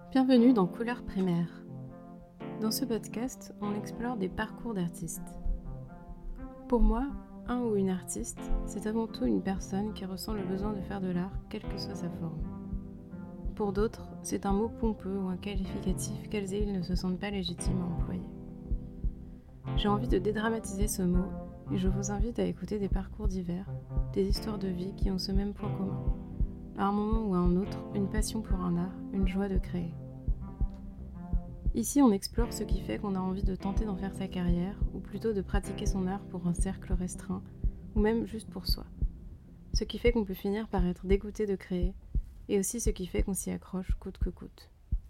Bienvenue dans Couleurs primaires. Dans ce podcast, on explore des parcours d'artistes. Pour moi, un ou une artiste, c'est avant tout une personne qui ressent le besoin de faire de l'art, quelle que soit sa forme. Pour d'autres, c'est un mot pompeux ou un qualificatif qu'elles et ils ne se sentent pas légitimes à employer. J'ai envie de dédramatiser ce mot et je vous invite à écouter des parcours divers, des histoires de vie qui ont ce même point commun. À un moment ou à un autre, une passion pour un art, une joie de créer. Ici, on explore ce qui fait qu'on a envie de tenter d'en faire sa carrière, ou plutôt de pratiquer son art pour un cercle restreint, ou même juste pour soi. Ce qui fait qu'on peut finir par être dégoûté de créer, et aussi ce qui fait qu'on s'y accroche coûte que coûte.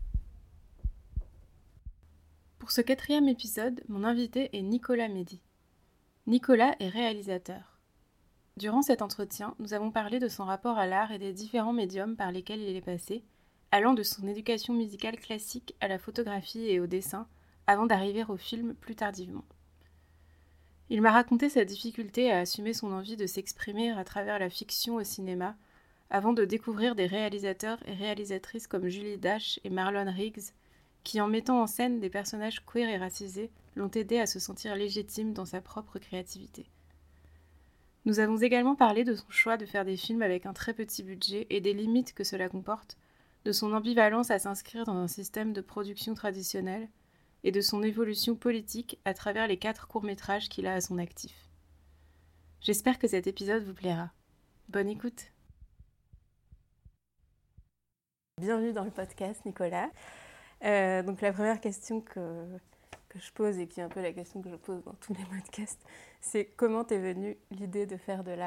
Pour ce 4e épisode, mon invité est Nicolas Mehdi. Nicolas est réalisateur. Durant cet entretien, nous avons parlé de son rapport à l'art et des différents médiums par lesquels il est passé, allant de son éducation musicale classique à la photographie et au dessin, avant d'arriver au film plus tardivement. Il m'a raconté sa difficulté à assumer son envie de s'exprimer à travers la fiction au cinéma, avant de découvrir des réalisateurs et réalisatrices comme Julie Dash et Marlon Riggs, qui, en mettant en scène des personnages queer et racisés, l'ont aidé à se sentir légitime dans sa propre créativité. Nous avons également parlé de son choix de faire des films avec un très petit budget et des limites que cela comporte, de son ambivalence à s'inscrire dans un système de production traditionnel et de son évolution politique à travers les 4 courts-métrages qu'il a à son actif. J'espère que cet épisode vous plaira. Bonne écoute. Bienvenue dans le podcast, Nicolas. Donc la première question que je pose, et qui est un peu la question que je pose dans tous les podcasts, c'est comment t'es venue l'idée de faire de l'art ?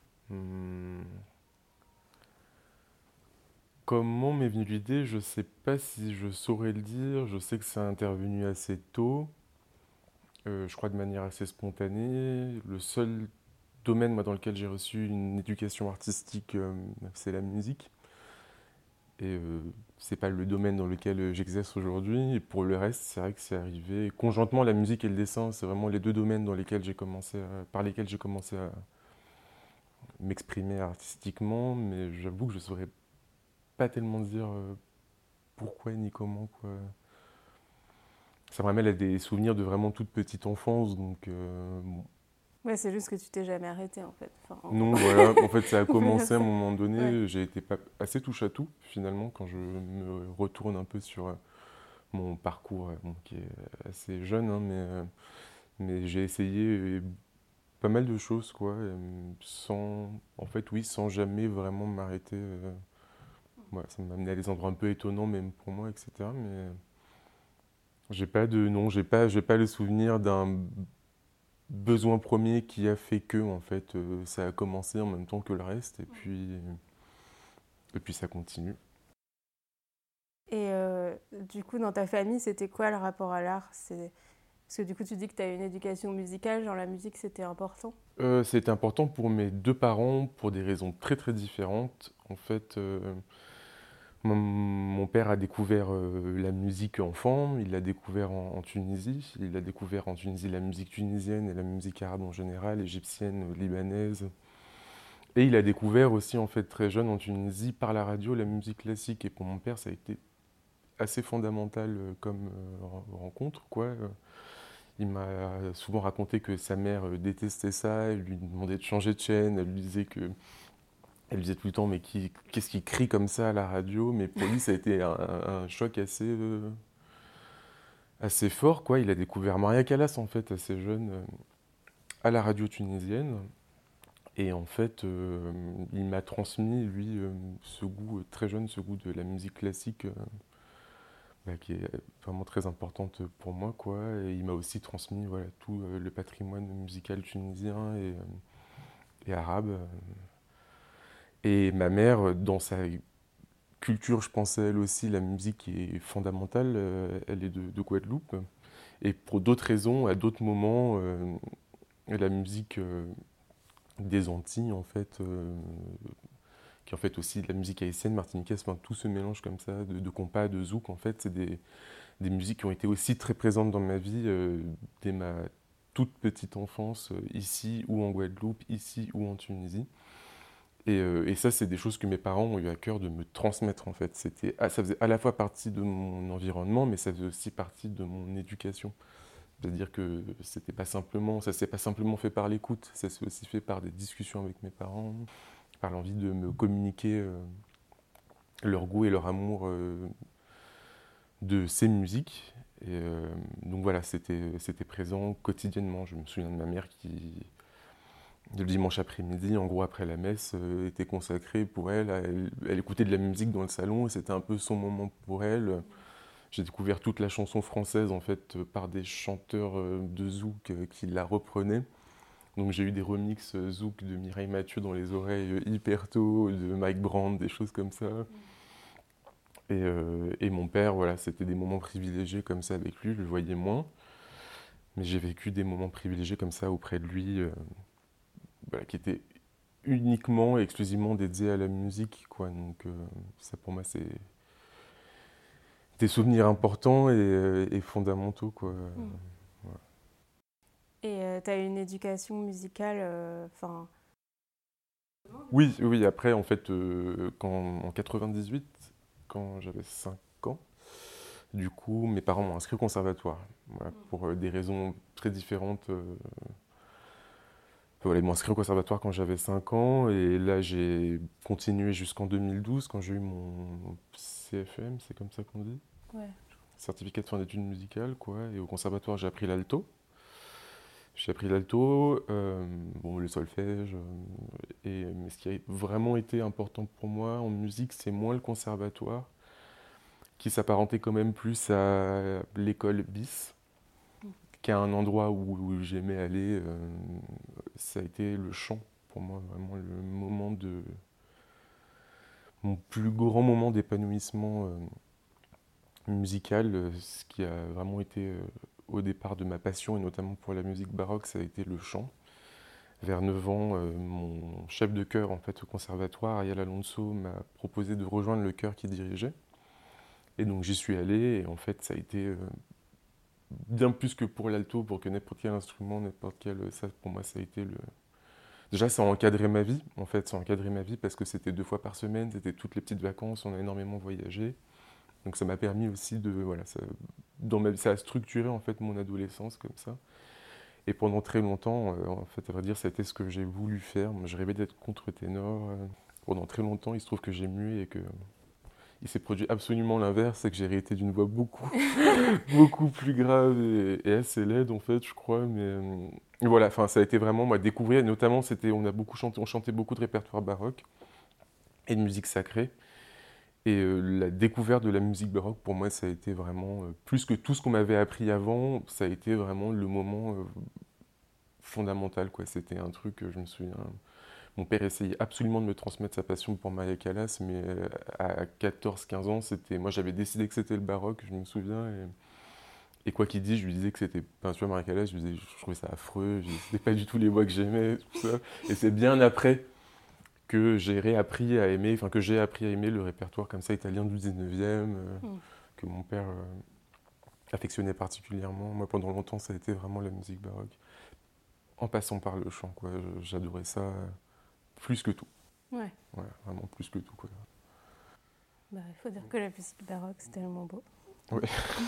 Comment m'est venue l'idée? Je sais pas si je saurais le dire. Je sais que ça a intervenu assez tôt, je crois de manière assez spontanée. Le seul domaine moi, dans lequel j'ai reçu une éducation artistique, c'est la musique. Et c'est pas le domaine dans lequel j'exerce aujourd'hui. Et pour le reste, c'est vrai que c'est arrivé conjointement la musique et le dessin. C'est vraiment les deux domaines dans lesquels par lesquels j'ai commencé à m'exprimer artistiquement. Mais j'avoue que je saurais pas tellement dire pourquoi ni comment, quoi. Ça me ramène à des souvenirs de vraiment toute petite enfance, donc bon. Ouais, c'est juste que tu t'es jamais arrêté en fait. Non, voilà, en fait ça a On peut dire commencé à un ça. moment Ouais. donné, j'ai été assez touche à tout finalement quand je me retourne un peu sur mon parcours, bon, qui est assez jeune, hein, mais j'ai essayé pas mal de choses, quoi, en fait oui, sans jamais vraiment m'arrêter. Ouais, ça m'a amené à des endroits un peu étonnants même pour moi, etc. Mais non, j'ai pas le souvenir d'un besoin premier qui a fait que en fait ça a commencé en même temps que le reste et puis ça continue. Et du coup, dans ta famille, c'était quoi le rapport à l'art ? Parce que du coup, tu dis que tu as une éducation musicale, genre la musique, c'était important. C'était important pour mes deux parents pour des raisons très très différentes. En fait, mon père a découvert la musique enfant, il l'a découvert en Tunisie. Il a découvert en Tunisie la musique tunisienne et la musique arabe en général, égyptienne, libanaise. Et il a découvert aussi en fait très jeune en Tunisie par la radio la musique classique. Et pour mon père, ça a été assez fondamental comme rencontre, quoi. Il m'a souvent raconté que sa mère détestait ça, elle lui demandait de changer de chaîne, elle lui disait tout le temps mais qu'est-ce qui crie comme ça à la radio, mais pour lui ça a été un choc assez fort, quoi. Il a découvert Maria Callas en fait assez jeune à la radio tunisienne. Et en fait, il m'a transmis, lui, ce goût très jeune, ce goût de la musique classique, qui est vraiment très importante pour moi, quoi. Et il m'a aussi transmis voilà, tout le patrimoine musical tunisien et arabe. Et ma mère, dans sa culture, je pense à elle aussi, la musique est fondamentale. Elle est de Guadeloupe. Et pour d'autres raisons, à d'autres moments, la musique des Antilles, en fait, qui est en fait aussi de la musique haïtienne, martiniquaise, enfin, tout se mélange comme ça, de compas, de zouk, en fait, c'est des musiques qui ont été aussi très présentes dans ma vie dès ma toute petite enfance, ici ou en Guadeloupe, ici ou en Tunisie. Et ça, c'est des choses que mes parents ont eu à cœur de me transmettre, en fait. Ça faisait à la fois partie de mon environnement, mais ça faisait aussi partie de mon éducation. C'est-à-dire que ça s'est pas simplement fait par l'écoute, ça s'est aussi fait par des discussions avec mes parents, par l'envie de me communiquer leur goût et leur amour de ces musiques. Donc voilà, c'était présent quotidiennement. Je me souviens de ma mère qui, le dimanche après-midi, en gros après la messe, était consacrée pour elle. Elle écoutait de la musique dans le salon et c'était un peu son moment pour elle. J'ai découvert toute la chanson française en fait par des chanteurs de zouk qui la reprenaient. Donc j'ai eu des remixes zouk de Mireille Mathieu dans les oreilles hyper tôt, de Mike Brand, des choses comme ça. Et mon père, voilà, c'était des moments privilégiés comme ça avec lui, je le voyais moins. Mais j'ai vécu des moments privilégiés comme ça auprès de lui, voilà, qui étaient uniquement et exclusivement dédiés à la musique, quoi. Donc ça pour moi c'est des souvenirs importants et fondamentaux, quoi. Voilà. Et tu as eu une éducation musicale, enfin. Oui, oui, après, en fait, en 98, quand j'avais 5 ans, du coup, mes parents m'ont inscrit au conservatoire, voilà, pour des raisons très différentes. Voilà, ils m'ont inscrit au conservatoire quand j'avais 5 ans, et là, j'ai continué jusqu'en 2012, quand j'ai eu mon CFM, c'est comme ça qu'on dit? Ouais. Certificat de fin d'études musicales, quoi. Et au conservatoire, j'ai appris l'alto. J'ai appris l'alto, bon, le solfège, mais ce qui a vraiment été important pour moi en musique, c'est moins le conservatoire, qui s'apparentait quand même plus à l'école bis, qu'à un endroit où j'aimais aller. Ça a été le chant, pour moi, vraiment mon plus grand moment d'épanouissement musical, ce qui a vraiment été au départ de ma passion, et notamment pour la musique baroque, ça a été le chant. Vers 9 ans, mon chef de chœur en fait, au conservatoire, Ariel Alonso, m'a proposé de rejoindre le chœur qu'il dirigeait. Et donc j'y suis allé, et en fait ça a été bien plus que pour l'alto, pour que n'importe quel instrument, n'importe quel... Ça, pour moi, ça a été le... Déjà, ça a encadré ma vie, en fait, ça a encadré ma vie parce que c'était 2 fois par semaine, c'était toutes les petites vacances, on a énormément voyagé. Donc ça m'a permis aussi de... Voilà, dans ma vie, ça a structuré en fait mon adolescence comme ça. Et pendant très longtemps, en fait, à vrai dire, ça a été ce que j'ai voulu faire. Moi, je rêvais d'être contre-ténor. Pendant très longtemps, il se trouve que j'ai mué et que il s'est produit absolument l'inverse, c'est que j'ai hérité d'une voix beaucoup, beaucoup plus grave et assez laide, en fait, je crois. Mais voilà, enfin, ça a été vraiment, moi, découvrir. Et notamment, on a beaucoup chanté, on chantait beaucoup de répertoire baroque et de musique sacrée. Et la découverte de la musique baroque, pour moi, ça a été vraiment, plus que tout ce qu'on m'avait appris avant, ça a été vraiment le moment fondamental, quoi. C'était un truc, je me souviens, mon père essayait absolument de me transmettre sa passion pour Maria Callas, mais à 14-15 ans, moi j'avais décidé que c'était le baroque, je me souviens, et quoi qu'il dise, je lui disais que c'était peinture Maria Callas, je trouvais ça affreux, c'était pas du tout les voix que j'aimais, tout ça. Et c'est bien après que j'ai réappris à aimer, enfin que j'ai appris à aimer le répertoire comme ça italien du 19e, que mon père affectionnait particulièrement. Moi, pendant longtemps, ça a été vraiment la musique baroque. En passant par le chant, quoi. J'adorais ça plus que tout. Ouais. Ouais, vraiment plus que tout, quoi. Bah, il faut dire que la musique baroque, c'est tellement beau. Ouais.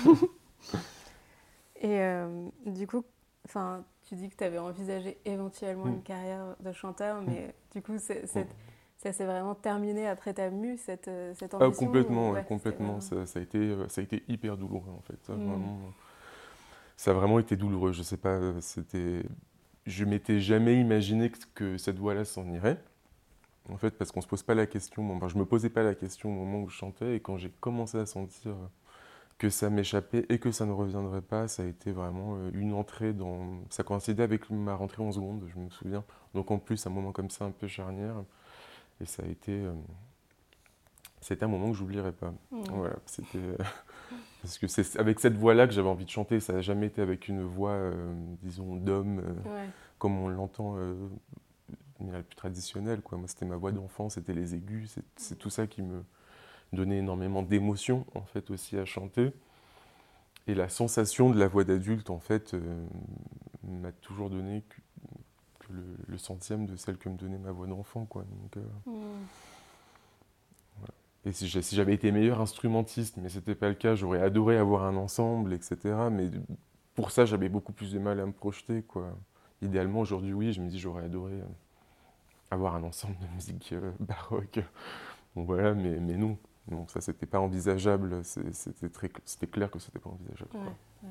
Et du coup, tu dis que tu avais envisagé éventuellement une carrière de chanteur, mais du coup, ça s'est vraiment terminé après ta mue, cette ambition? Complètement, ouais, Ouais, complètement. vraiment... Ça a été hyper douloureux, en fait. Ça a vraiment été douloureux. Je sais pas, je m'étais jamais imaginé que cette voie-là s'en irait. En fait, parce qu'on se pose pas la question. Enfin, je me posais pas la question au moment où je chantais, et quand j'ai commencé à sentir que ça m'échappait et que ça ne reviendrait pas, ça a été vraiment une entrée dans... Ça coïncidait avec ma rentrée en seconde, je me souviens. Donc en plus, un moment comme ça, un peu charnière. Et c'était un moment que j'oublierai pas. Voilà, c'était... parce que c'est avec cette voix-là que j'avais envie de chanter. Ça n'a jamais été avec une voix, disons, d'homme, comme on l'entend, la plus traditionnelle, quoi. Moi, c'était ma voix d'enfant, c'était les aigus, c'est tout ça qui me donnait énormément d'émotion, en fait, aussi à chanter. Et la sensation de la voix d'adulte, en fait, m'a toujours donné le centième de celle que me donnait ma voix d'enfant, quoi. Donc, Mm. voilà. Et si j'avais été meilleur instrumentiste, mais c'était pas le cas, j'aurais adoré avoir un ensemble, etc. Mais pour ça, j'avais beaucoup plus de mal à me projeter, quoi. Idéalement, aujourd'hui, oui, je me dis j'aurais adoré avoir un ensemble de musique baroque. Bon, voilà, mais non. Non, ça, c'était pas envisageable. C'était clair que c'était pas envisageable, Ouais, quoi. ouais.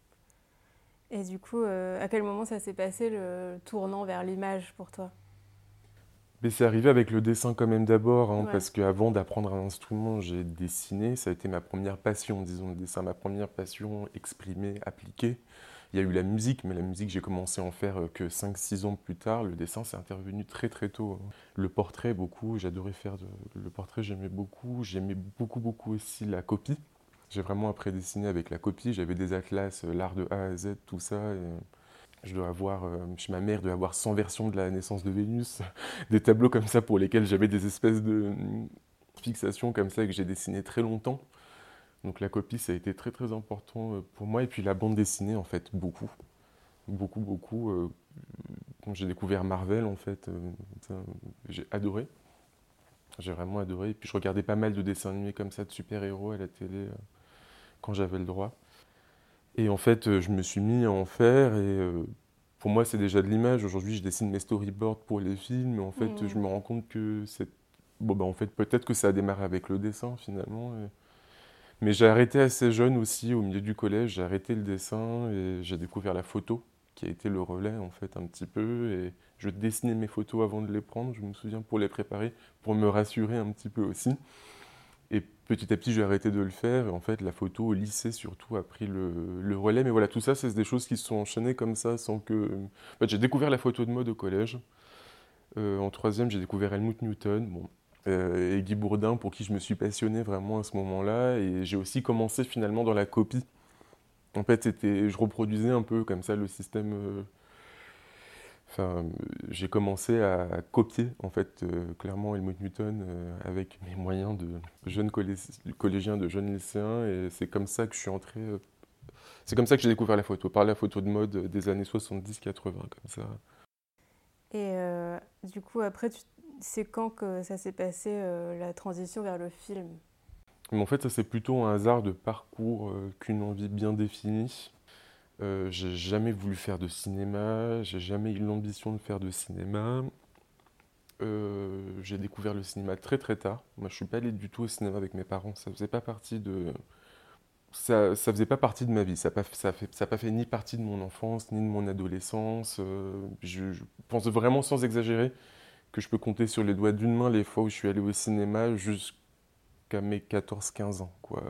Et du coup, à quel moment ça s'est passé le tournant vers l'image pour toi? Mais c'est arrivé avec le dessin quand même d'abord, hein, Ouais. parce qu'avant d'apprendre un instrument, j'ai dessiné. Ça a été ma première passion, disons, le dessin, ma première passion exprimée, appliquée. Il y a eu la musique, mais la musique, j'ai commencé à en faire que 5 6 ans plus tard. Le dessin, c'est intervenu très très tôt, hein. Le portrait, beaucoup, j'adorais faire le portrait, j'aimais beaucoup. J'aimais beaucoup, beaucoup aussi la copie. J'ai vraiment appris à dessiner avec la copie. J'avais des atlas, l'art de A à Z, tout ça. Je dois avoir, chez ma mère, je dois avoir 100 versions de la naissance de Vénus, des tableaux comme ça pour lesquels j'avais des espèces de fixations comme ça et que j'ai dessiné très longtemps. Donc la copie, ça a été très très important pour moi. Et puis la bande dessinée, en fait, beaucoup. Beaucoup, beaucoup. Quand j'ai découvert Marvel, en fait, ça, j'ai adoré. J'ai vraiment adoré. Et puis je regardais pas mal de dessins animés comme ça, de super-héros à la télé, quand j'avais le droit. Et en fait, je me suis mis à en faire et pour moi, c'est déjà de l'image. Aujourd'hui, je dessine mes storyboards pour les films, mais en fait, je Mm. me rends compte que c'est... Bon, bah, en fait, peut-être que ça a démarré avec le dessin, finalement. Mais j'ai arrêté assez jeune aussi, au milieu du collège, j'ai arrêté le dessin et j'ai découvert la photo, qui a été le relais, en fait, un petit peu. Et je dessinais mes photos avant de les prendre, je me souviens, pour les préparer, pour me rassurer un petit peu aussi. Et petit à petit, j'ai arrêté de le faire. Et en fait, la photo au lycée, surtout, a pris le relais. Mais voilà, tout ça, c'est des choses qui se sont enchaînées comme ça, sans que... En fait, j'ai découvert la photo de mode au collège. En troisième, j'ai découvert Helmut Newton, bon, et Guy Bourdin, pour qui je me suis passionné vraiment à ce moment-là. Et j'ai aussi commencé finalement dans la copie. En fait, je reproduisais un peu comme ça le système... Enfin, j'ai commencé à copier en fait clairement Helmut Newton avec mes moyens de jeune collégien, de jeune lycéen, et c'est comme ça que je suis entré. C'est comme ça que j'ai découvert la photo, par la photo de mode des années 70-80, comme ça. Et du coup, après, c'est quand que ça s'est passé la transition vers le film? Mais en fait, ça c'est plutôt un hasard de parcours qu'une envie bien définie. J'ai jamais voulu faire de cinéma, j'ai jamais eu l'ambition de faire de cinéma. J'ai découvert le cinéma très très tard. Moi, je suis pas allé du tout au cinéma avec mes parents. Ça faisait pas partie de, ça faisait pas partie de ma vie. Ça a pas fait ni partie de mon enfance ni de mon adolescence. Je pense vraiment, sans exagérer, que je peux compter sur les doigts d'une main les fois où je suis allé au cinéma jusqu'à mes 14 15 ans, quoi.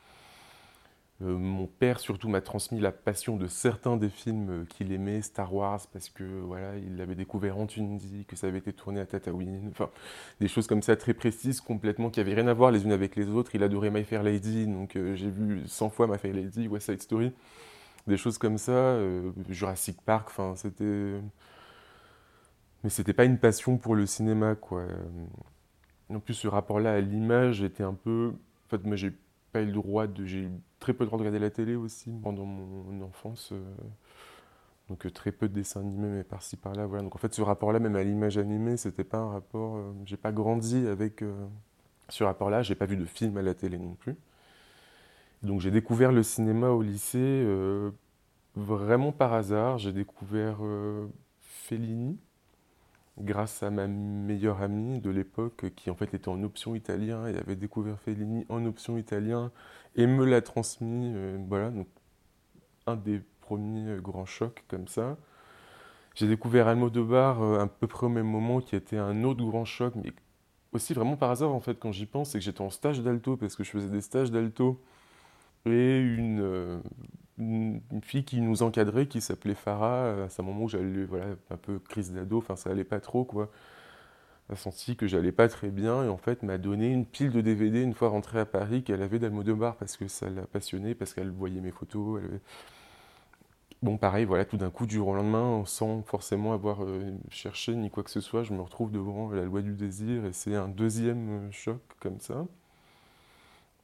Mon père surtout m'a transmis la passion de certains des films qu'il aimait, Star Wars, parce que voilà, il l'avait découvert en Tunisie, que ça avait été tourné à Tataouine, enfin des choses comme ça très précises, complètement, qui n'avaient rien à voir les unes avec les autres. Il adorait My Fair Lady, donc j'ai vu 100 fois My Fair Lady, West Side Story, des choses comme ça, Jurassic Park, enfin c'était... Mais c'était pas une passion pour le cinéma, quoi. En plus, ce rapport-là à l'image était un peu... En fait, moi, j'ai pas eu le droit de... J'ai eu très peu le droit de regarder la télé aussi pendant mon enfance. Donc très peu de dessins animés, mais par-ci par-là. Voilà. Donc en fait, ce rapport-là, même à l'image animée, c'était pas un rapport... j'ai pas grandi avec ce rapport-là. J'ai pas vu de film à la télé non plus. Donc j'ai découvert le cinéma au lycée vraiment par hasard. J'ai découvert Fellini grâce à ma meilleure amie de l'époque qui en fait était en option italien et avait découvert Fellini en option italien et me l'a transmis. Voilà, donc un des premiers grands chocs comme ça. J'ai découvert Almodovar à peu près au même moment qui était un autre grand choc, mais aussi vraiment par hasard en fait quand j'y pense, c'est que j'étais en stage d'alto parce que je faisais des stages d'alto et une fille qui nous encadrait qui s'appelait Farah, à ce moment où j'allais voilà, un peu crise d'ado, enfin ça allait pas trop quoi. A senti que j'allais pas très bien et en fait m'a donné une pile de DVD une fois rentrée à Paris qu'elle avait d'Almodovar parce que ça l'a passionnée, parce qu'elle voyait mes photos. Bon, pareil, voilà, tout d'un coup, du jour au lendemain, sans forcément avoir cherché ni quoi que ce soit, je me retrouve devant la loi du désir et c'est un deuxième choc comme ça.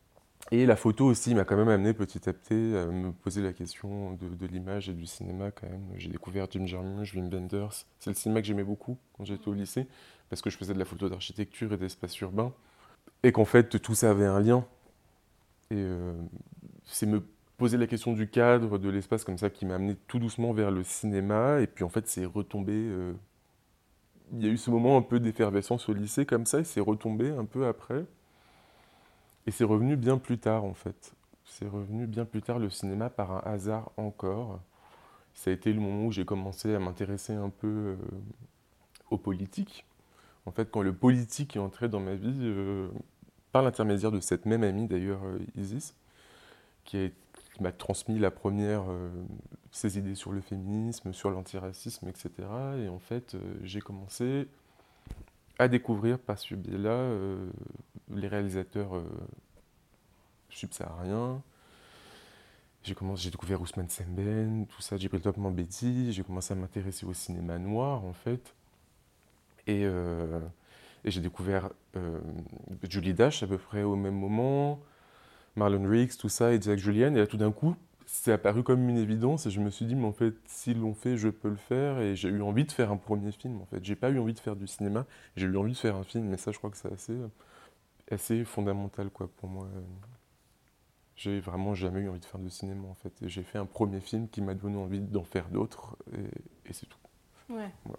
Et la photo aussi m'a quand même amené petit à petit à me poser la question de l'image et du cinéma quand même. J'ai découvert Jim Jarmusch, Wim Wenders. C'est le cinéma que j'aimais beaucoup quand j'étais au lycée, parce que je faisais de la photo d'architecture et d'espace urbain, et qu'en fait tout ça avait un lien. Et c'est me poser la question du cadre, de l'espace comme ça, qui m'a amené tout doucement vers le cinéma, et puis en fait c'est retombé. Il y a eu ce moment un peu d'effervescence au lycée comme ça, et c'est retombé un peu après. Et c'est revenu bien plus tard, en fait. C'est revenu bien plus tard, le cinéma, par un hasard encore. Ça a été le moment où j'ai commencé à m'intéresser un peu aux politiques. En fait, quand le politique est entré dans ma vie, par l'intermédiaire de cette même amie, d'ailleurs, Isis, qui m'a transmis la première, ses idées sur le féminisme, sur l'antiracisme, etc. Et en fait, j'ai commencé à découvrir par ce biais-là les réalisateurs subsahariens. J'ai découvert Ousmane Sembène, tout ça, Djibril Top Mambéty, j'ai commencé à m'intéresser au cinéma noir en fait. Et, euh, et j'ai découvert Julie Dash à peu près au même moment, Marlon Riggs, tout ça, et Jack Julian. Et là tout d'un coup, c'est apparu comme une évidence et je me suis dit, mais en fait, s'ils l'ont fait, je peux le faire. Et j'ai eu envie de faire un premier film en fait. J'ai pas eu envie de faire du cinéma, j'ai eu envie de faire un film, mais ça je crois que c'est assez fondamental quoi pour moi. J'ai vraiment jamais eu envie de faire de cinéma en fait. Et j'ai fait un premier film qui m'a donné envie d'en faire d'autres et c'est tout. Ouais. Voilà.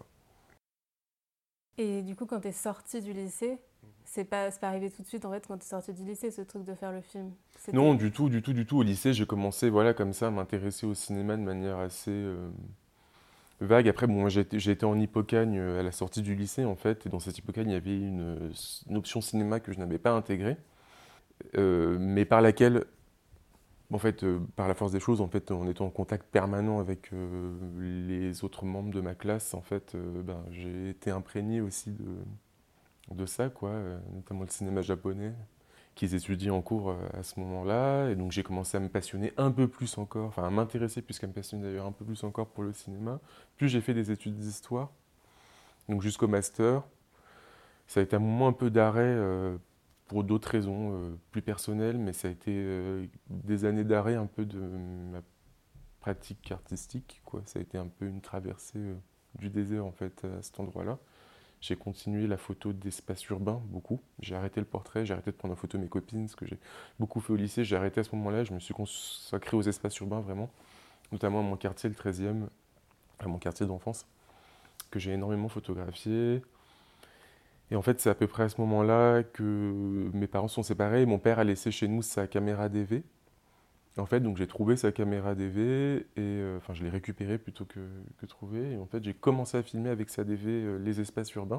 Et du coup, quand t'es sortie du lycée, c'est pas arrivé tout de suite en fait quand t'es sortie du lycée ce truc de faire le film. Non, C'était. du tout, du tout, du tout. Au lycée, j'ai commencé voilà comme ça à m'intéresser au cinéma de manière assez vague. Après, bon, moi j'ai été en Hippocagne à la sortie du lycée en fait. Et dans cette Hippocagne, il y avait une option cinéma que je n'avais pas intégrée, mais par laquelle en fait, par la force des choses, en fait, en étant en contact permanent avec les autres membres de ma classe, en fait, ben, j'ai été imprégné aussi de ça, quoi, notamment le cinéma japonais, qu'ils étudient en cours à ce moment-là. Et donc j'ai commencé à me passionner un peu plus encore, enfin à m'intéresser plus qu'à me passionner d'ailleurs un peu plus encore pour le cinéma. Puis j'ai fait des études d'histoire, donc jusqu'au master. Ça a été un moment un peu d'arrêt pour d'autres raisons plus personnelles, mais ça a été des années d'arrêt un peu de ma pratique artistique, quoi. Ça a été un peu une traversée du désert en fait à cet endroit-là. J'ai continué la photo d'espace urbain beaucoup. J'ai arrêté le portrait, j'ai arrêté de prendre en photo mes copines, ce que j'ai beaucoup fait au lycée. J'ai arrêté à ce moment-là, je me suis consacré aux espaces urbains vraiment, notamment à mon quartier, le 13e, à mon quartier d'enfance, que j'ai énormément photographié. Et en fait, c'est à peu près à ce moment-là que mes parents sont séparés. Mon père a laissé chez nous sa caméra DV. En fait, donc j'ai trouvé sa caméra DV et enfin je l'ai récupérée plutôt que trouver. Et en fait, j'ai commencé à filmer avec sa DV les espaces urbains.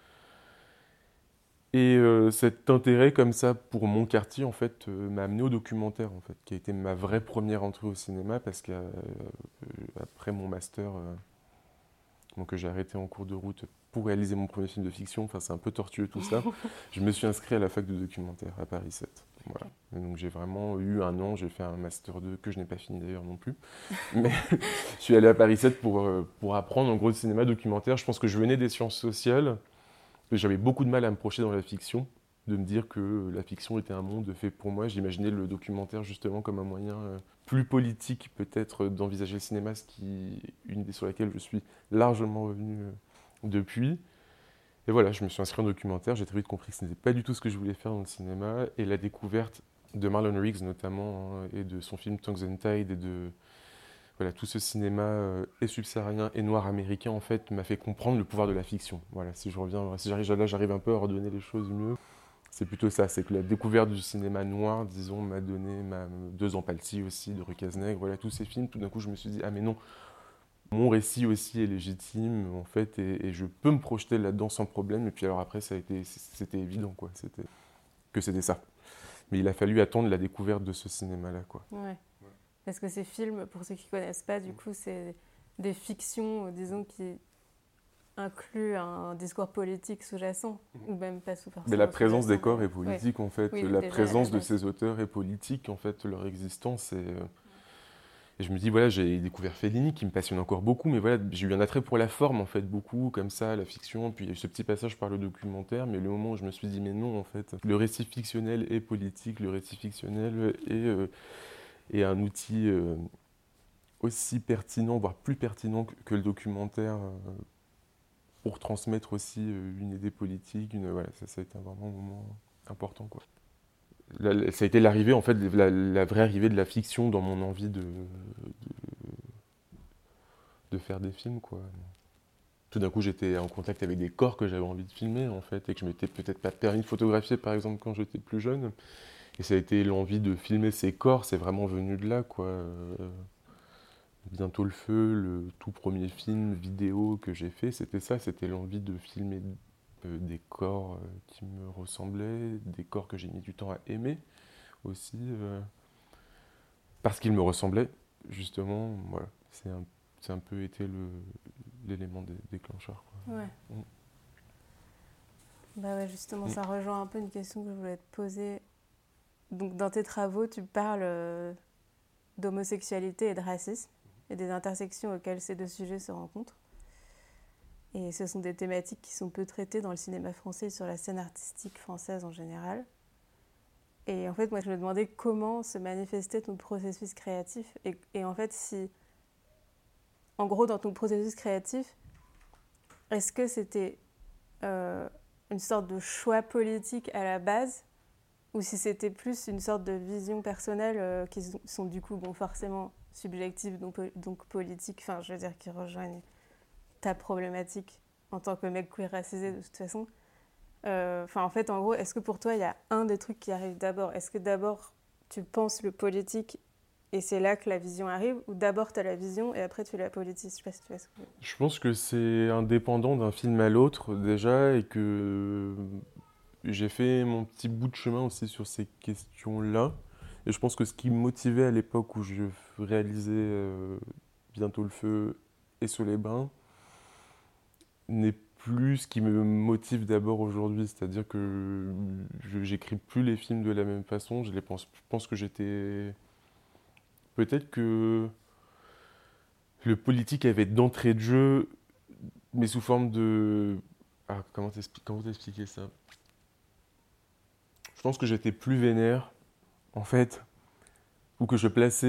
Et cet intérêt comme ça pour mon quartier en fait m'a amené au documentaire en fait, qui a été ma vraie première entrée au cinéma parce qu'après mon master donc, que j'ai arrêté en cours de route pour réaliser mon premier film de fiction, enfin c'est un peu tortueux tout ça, je me suis inscrit à la fac de documentaire à Paris 7. Voilà. Et donc j'ai vraiment eu un an, j'ai fait un master 2 que je n'ai pas fini d'ailleurs non plus. Mais je suis allé à Paris 7 pour apprendre en gros le cinéma documentaire. Je pense que je venais des sciences sociales, et j'avais beaucoup de mal à me projeter dans la fiction, de me dire que la fiction était un monde fait pour moi. J'imaginais le documentaire justement comme un moyen plus politique peut-être d'envisager le cinéma, ce qui une idée sur laquelle je suis largement revenu depuis. Et voilà, je me suis inscrit en documentaire, j'ai très vite compris que ce n'était pas du tout ce que je voulais faire dans le cinéma, et la découverte de Marlon Riggs notamment, hein, et de son film Tongues and Tide, et de voilà, tout ce cinéma et subsaharien et noir américain, en fait, m'a fait comprendre le pouvoir de la fiction. Voilà, si je reviens, si j'arrive là, j'arrive un peu à redonner les choses mieux. C'est plutôt ça, c'est que la découverte du cinéma noir, disons, m'a donné Deux Empaltis aussi, de Recasnègre, voilà, tous ces films. Tout d'un coup, je me suis dit, ah mais non, mon récit aussi est légitime, en fait, et je peux me projeter là-dedans sans problème. Et puis alors après, c'était évident, quoi, que c'était ça. Mais il a fallu attendre la découverte de ce cinéma-là, quoi. Ouais. Parce que ces films, pour ceux qui connaissent pas, du coup, c'est des fictions, disons, qui incluent un discours politique sous-jacent, ou même pas Mais la forcément présence des sous-jacent, corps mais est ouais. politique, en fait. Oui, La déjà à la présence de base. ces auteurs est politique, en fait. Leur existence Et je me dis, voilà, j'ai découvert Fellini qui me passionne encore beaucoup, mais voilà, j'ai eu un attrait pour la forme, en fait, beaucoup, comme ça, la fiction. Puis il y a eu ce petit passage par le documentaire, mais le moment où je me suis dit, mais non, en fait, le récit fictionnel est politique, le récit fictionnel est un outil aussi pertinent, voire plus pertinent que le documentaire, pour transmettre aussi une idée politique. Voilà, ça a été vraiment un moment important, quoi. Ça a été l'arrivée, en fait, la vraie arrivée de la fiction dans mon envie de faire des films, quoi. Tout d'un coup, j'étais en contact avec des corps que j'avais envie de filmer, en fait, et que je m'étais peut-être pas permis de photographier, par exemple, quand j'étais plus jeune. Et ça a été l'envie de filmer ces corps, c'est vraiment venu de là, quoi. Bientôt le feu, le tout premier film vidéo que j'ai fait, c'était ça, c'était l'envie de filmer des corps qui me ressemblaient, des corps que j'ai mis du temps à aimer aussi, parce qu'ils me ressemblaient, justement. Voilà, c'est un peu été l'élément déclencheur, quoi. Ouais. Mm. Bah ouais, justement, Mm. ça rejoint un peu une question que je voulais te poser. Donc, dans tes travaux, tu parles d'homosexualité et de racisme et des intersections auxquelles ces deux sujets se rencontrent. Et ce sont des thématiques qui sont peu traitées dans le cinéma français et sur la scène artistique française en général. Et en fait, moi, je me demandais comment se manifestait ton processus créatif. Et en fait, si, en gros, dans ton processus créatif, est-ce que c'était euh, une sorte de choix politique à la base ou si c'était plus une sorte de vision personnelle qui sont du coup bon, forcément subjectives, donc politiques, enfin je veux dire qui rejoignent ta problématique en tant que mec queer racisé de toute façon. Enfin en fait en gros, est-ce que pour toi il y a un des trucs qui arrive d'abord? Est-ce que d'abord tu penses le politique et c'est là que la vision arrive ou d'abord tu as la vision et après tu la politises? Je sais pas si tu vois ce que... Je pense que c'est indépendant d'un film à l'autre déjà et que j'ai fait mon petit bout de chemin aussi sur ces questions-là. Et je pense que ce qui me motivait à l'époque où je réalisais Bientôt le feu et Sous les bains n'est plus ce qui me motive d'abord aujourd'hui. C'est-à-dire que j'écris plus les films de la même façon. Je pense que j'étais... Peut-être que le politique avait d'entrée de jeu, mais sous forme de... Ah, comment t'expliquer ça? Je pense que j'étais plus vénère, en fait, ou que je plaçais.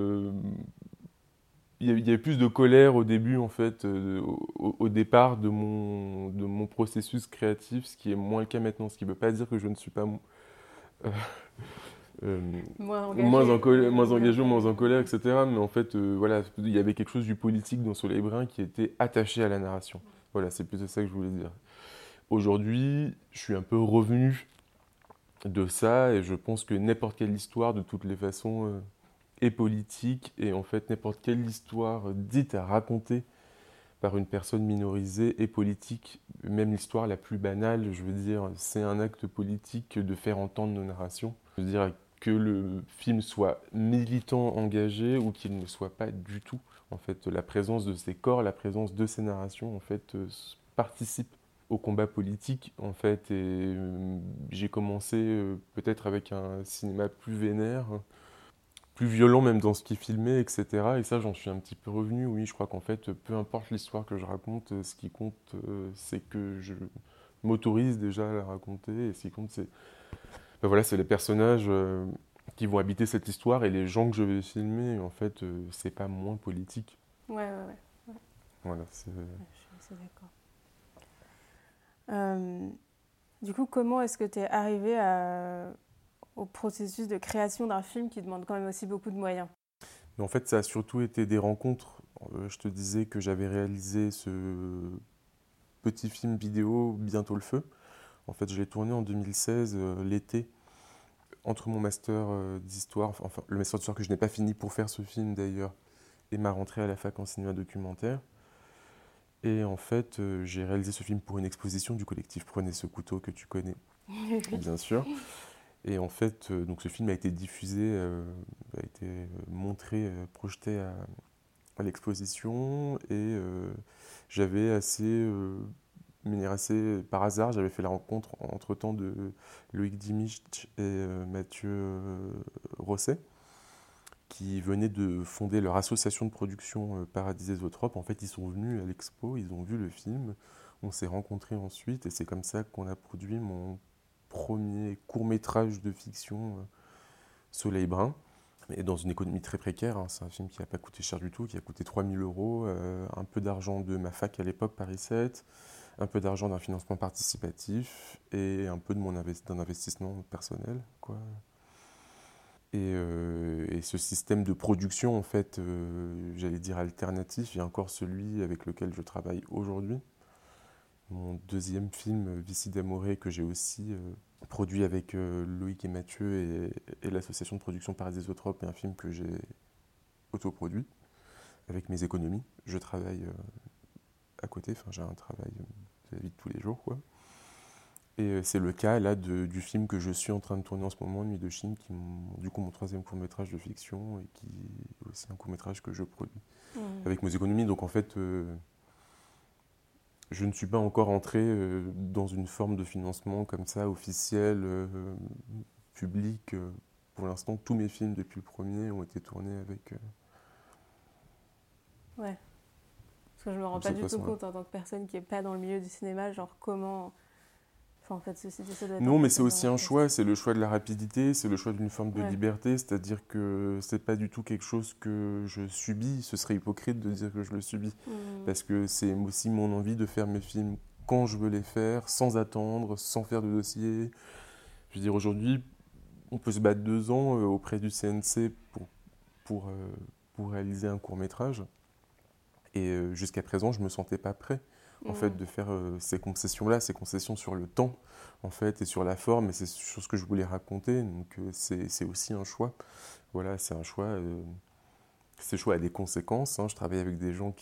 Il y avait plus de colère au début, en fait, au départ de mon processus créatif, ce qui est moins le cas maintenant. Ce qui ne veut pas dire que je ne suis pas euh, euh, Moins engagé, mais moins moins engagé, moins en engagé. colère, etc. Mais en fait, voilà, il y avait quelque chose du politique dans Soleil Brun qui était attaché à la narration. Voilà, c'est plutôt ça que je voulais dire. Aujourd'hui, je suis un peu revenu de ça et je pense que n'importe quelle histoire, de toutes les façons, est politique et en fait n'importe quelle histoire dite à raconter par une personne minorisée est politique. Même l'histoire la plus banale, je veux dire, c'est un acte politique de faire entendre nos narrations. Je veux dire que le film soit militant, engagé ou qu'il ne soit pas du tout. En fait, la présence de ces corps, la présence de ces narrations, en fait, participe au combat politique, en fait. Et j'ai commencé peut-être avec un cinéma plus vénère, plus violent même dans ce qui est filmé, etc. Et ça, j'en suis un petit peu revenu, oui. Je crois qu'en fait, peu importe l'histoire que je raconte, ce qui compte, c'est que je m'autorise déjà à la raconter. Et ce qui compte, c'est ben voilà, c'est les personnages qui vont habiter cette histoire et les gens que je vais filmer. En fait, c'est pas moins politique. Ouais, ouais, ouais. Ouais. Voilà, c'est... Ouais, je suis assez d'accord. Euh, du coup, comment est-ce que tu es arrivé au processus de création d'un film qui demande quand même aussi beaucoup de moyens? Mais en fait, ça a surtout été des rencontres. Je te disais que j'avais réalisé ce petit film vidéo, Bientôt le feu. En fait, je l'ai tourné en 2016, l'été, entre mon master d'histoire, enfin le master d'histoire que je n'ai pas fini pour faire ce film d'ailleurs, et ma rentrée à la fac en cinéma documentaire. Et en fait, j'ai réalisé ce film pour une exposition du collectif Prenez ce couteau que tu connais, bien sûr. Et en fait, donc ce film a été diffusé, a été montré, projeté à l'exposition. Et j'avais de manière assez par hasard, j'avais fait la rencontre entre-temps de Loïc Dimich et Mathieu Rosset, qui venaient de fonder leur association de production Paradis Zoetrope. En fait, ils sont venus à l'expo, ils ont vu le film, on s'est rencontrés ensuite, et c'est comme ça qu'on a produit mon premier court-métrage de fiction, Soleil Brun. Mais dans une économie très précaire, hein. C'est un film qui n'a pas coûté cher du tout, qui a coûté 3 000 euros, un peu d'argent de ma fac à l'époque, Paris 7, un peu d'argent d'un financement participatif et un peu d'un investissement personnel, quoi. Et ce système de production, en fait, j'allais dire alternatif, il y a encore celui avec lequel je travaille aujourd'hui. Mon deuxième film, Vici d'Amore, que j'ai aussi produit avec Loïc et Mathieu et l'association de production Paradis Zoetrope, est un film que j'ai autoproduit avec mes économies. Je travaille à côté, enfin j'ai un travail de la vie de tous les jours, quoi. Et c'est le cas là du film que je suis en train de tourner en ce moment, Nuit de Chine, qui est du coup mon troisième court-métrage de fiction et qui est aussi un court-métrage que je produis avec mes économies. Donc en fait, je ne suis pas encore entré dans une forme de financement comme ça, officiel, public. Pour l'instant, tous mes films depuis le premier ont été tournés avec Ouais. Parce que je me rends de pas cette du tout façon-là. compte en tant que personne qui est pas dans le milieu du cinéma, genre comment. Enfin, en fait, ceci dit, ça doit être Non, mais c'est impossible aussi vraiment un de faire ça. choix, c'est le choix de la rapidité, c'est le choix d'une forme de Ouais. liberté, c'est-à-dire que c'est pas du tout quelque chose que je subis, ce serait hypocrite de dire que je le subis, parce que c'est aussi mon envie de faire mes films quand je veux les faire, sans attendre, sans faire de dossier. Je veux dire, aujourd'hui, on peut se battre 2 ans auprès du CNC pour, euh, pour réaliser un court-métrage, et jusqu'à présent, je me sentais pas prêt, en fait, de faire ces concessions-là, ces concessions sur le temps, en fait, et sur la forme, et c'est sur ce que je voulais raconter. Donc, c'est aussi un choix. Voilà, c'est un choix. Ce choix a des conséquences, hein. Je travaille avec des gens